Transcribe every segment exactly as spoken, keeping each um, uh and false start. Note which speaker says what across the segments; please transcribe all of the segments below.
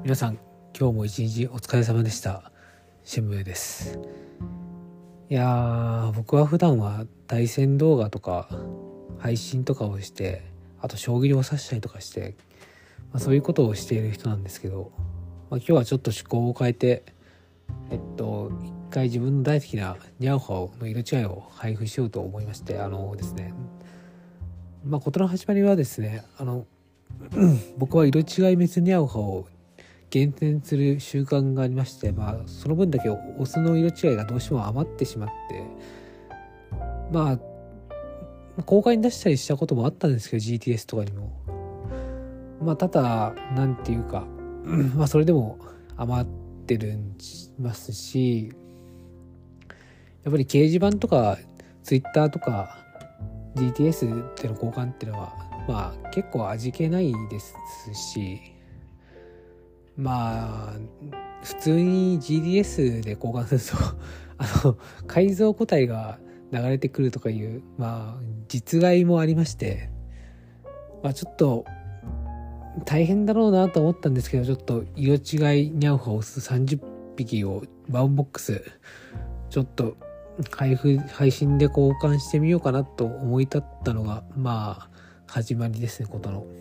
Speaker 1: 皆さん、今日も一日お疲れ様でした。シムです。いやー、僕は普段は対戦動画とか配信とかをして、あと将棋を指したりとかして、まあ、そういうことをしている人なんですけど、まあ、今日はちょっと趣向を変えて、えっと一回自分の大好きなニャオハオの色違いを配布しようと思いまして、あのですね、まあ事の始まりはですね、あの僕は色違いメスニャオハオを厳選する習慣がありまして、まあその分だけオスの色違いがどうしても余ってしまって、まあ公開に出したりしたこともあったんですけど、 ジーティーエス とかにも、まあただなんていうかまあそれでも余ってるんますし、やっぱり掲示板とか Twitter とか ジーティーエス での交換っていうのはまあ結構味気ないですし、まあ普通に ジーティーエス で交換するとあの改造個体が流れてくるとかいうまあ実害もありまして、まあちょっと大変だろうなと思ったんですけど、ちょっと色違いニャウハオスさんじゅっぴきをワンボックスちょっと配布配信で交換してみようかなと思い立ったのがまあ始まりですね、ことの。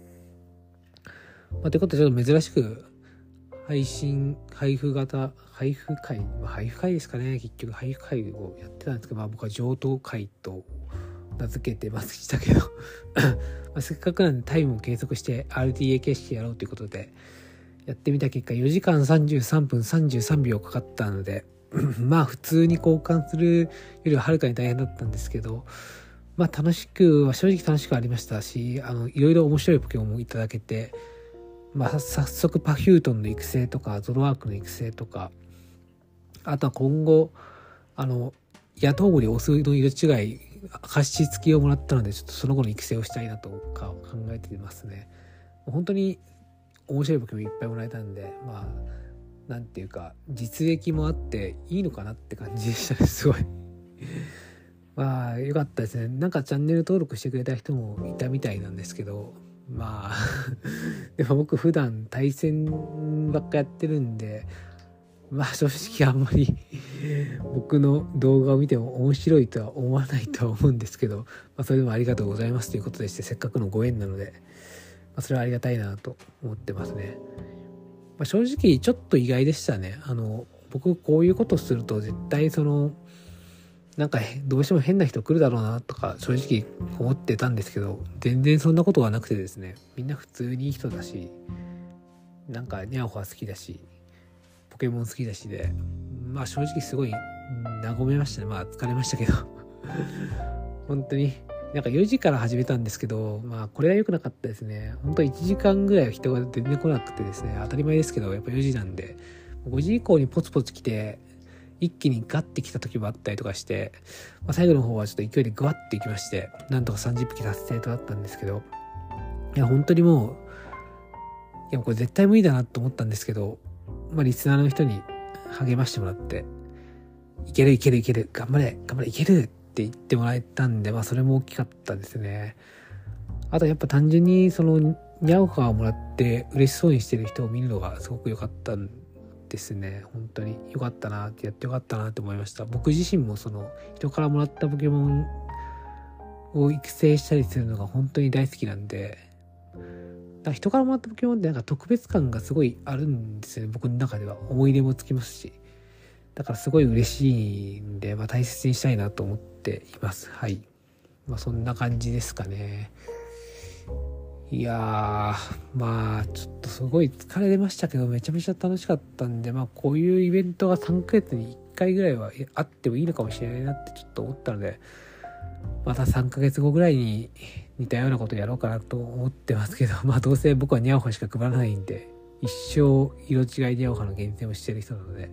Speaker 1: まあ、ということでちょっと珍しく配信配布型配布会、まあ、配布会ですかね、結局配布会をやってたんですけど、まあ、僕は譲渡会と名付けてましたけどまあせっかくなんでタイムを計測して アールティーエー 形式やろうということでやってみた結果よじかんさんじゅうさんぷんさんじゅうさんびょうかかったのでまあ普通に交換するよりははるかに大変だったんですけど、まあ楽しくは正直楽しくありましたし、あのいろいろ面白いポケモンもいただけて、まあ早速パフュートンの育成とかゾロアークの育成とか、あとは今後あの野党森オスの色違い貸し付きをもらったので、ちょっとその後の育成をしたいなとか考えていますね。本当に面白いポケモンいっぱいもらえたんで、まあなんていうか実益もあっていいのかなって感じでしたね。すごいまあよかったですね。なんかチャンネル登録してくれた人もいたみたいなんですけど、まあでも僕普段対戦ばっかやってるんで、まあ正直あんまり僕の動画を見ても面白いとは思わないとは思うんですけど、まあ、それでもありがとうございますということでして、せっかくのご縁なので、まあ、それはありがたいなと思ってますね。まあ、正直ちょっと意外でしたね。あの僕こういうことすると絶対そのなんかどうしても変な人来るだろうなとか正直思ってたんですけど、全然そんなことはなくてですね、みんな普通にいい人だし、なんかニャオハ好きだしポケモン好きだしで、まあ正直すごい和めましたね。まあ疲れましたけど本当になんかよじから始めたんですけど、まあこれは良くなかったですね。本当いちじかんぐらい人が全然来なくてですね、当たり前ですけどやっぱよじなんで、ごじ以降にポツポツ来て一気にガッて来た時もあったりとかして、まあ、最後の方はちょっと勢いでグワッていきまして、なんとかさんじゅっぴき達成となったんですけど、いや本当にもういやこれ絶対無理だなと思ったんですけど、まあリスナーの人に励ましてもらって、いけるいけるいける頑張れ頑張れいけるって言ってもらえたんで、まあそれも大きかったですね。あとやっぱ単純にそのニャオハをもらって嬉しそうにしてる人を見るのがすごく良かったんですね。本当に良かったなって、やって良かったなって思いました。僕自身もその人からもらったポケモンを育成したりするのが本当に大好きなんで、だから人からもらったポケモンってなんか特別感がすごいあるんですよね。僕の中では思い出もつきますし、だからすごい嬉しいんで、まあ、大切にしたいなと思っています。はい。まあそんな感じですかね。いやー、まあちょっとすごい疲れましたけど、めちゃめちゃ楽しかったんで、まあこういうイベントがさんかげつにいっかいぐらいはあってもいいのかもしれないなってちょっと思ったので、またさんかげつごぐらいに似たようなことやろうかなと思ってますけど、まあどうせ僕はニャオハしか配らないんで、一生色違いニャオハの厳選をしてる人なので、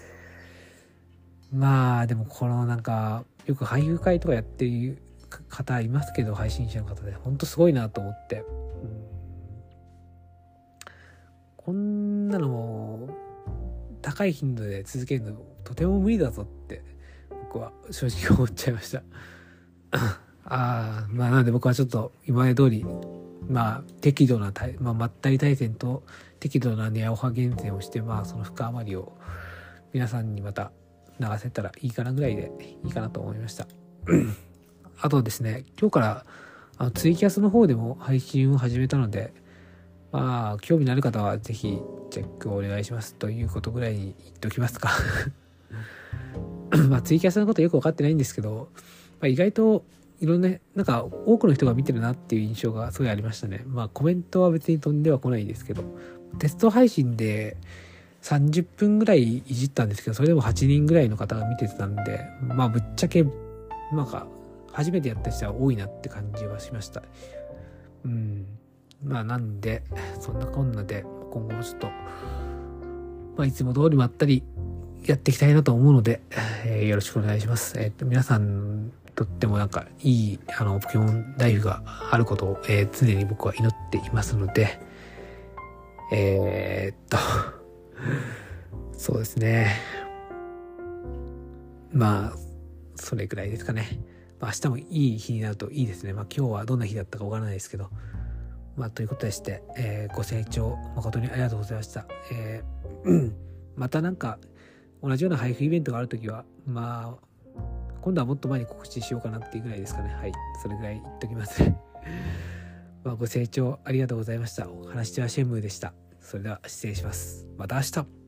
Speaker 1: まあでもこのなんかよく配布会とかやってる方いますけど、配信者の方で本当すごいなと思って、うん、こんなのも高い頻度で続けるのとても無理だぞって僕は正直思っちゃいましたああ、まあなので僕はちょっと今まで通りまあ適度な、まあ、まったり対戦と適度なネアオハ厳選をして、まあその深余りを皆さんにまた流せたらいいかなぐらいでいいかなと思いましたあとですね、今日からあのツイキャスの方でも配信を始めたので、まあ興味のある方はぜひチェックをお願いしますということぐらいに言っておきますかまあツイキャスのことよく分かってないんですけど、まあ、意外といろんななんか多くの人が見てるなっていう印象がすごいありましたね。まあコメントは別に飛んではこないですけど、テスト配信でさんじゅっぷんぐらいいじったんですけど、それでもはちにんぐらいの方が見てたんで、まあぶっちゃけなんか初めてやった人は多いなって感じはしました。うん。まあなんでそんなこんなで今後もちょっとまあいつも通りまったりやっていきたいなと思うので、えー、よろしくお願いします。えっと皆さんとってもなんかいいあのポケモンライフがあることを、えー、常に僕は祈っていますので、えー、っとそうですね。まあそれくらいですかね。まあ、明日もいい日になるといいですね。まあ今日はどんな日だったかわからないですけど、まあということでして、えー、ご清聴誠にありがとうございました。えー、またなんか同じような配布イベントがあるときは、まあ今度はもっと前に告知しようかなっていうぐらいですかね。はい、それぐらい言っときますね。まあご清聴ありがとうございました。お話しはシェンムーでした。それでは失礼します。また明日。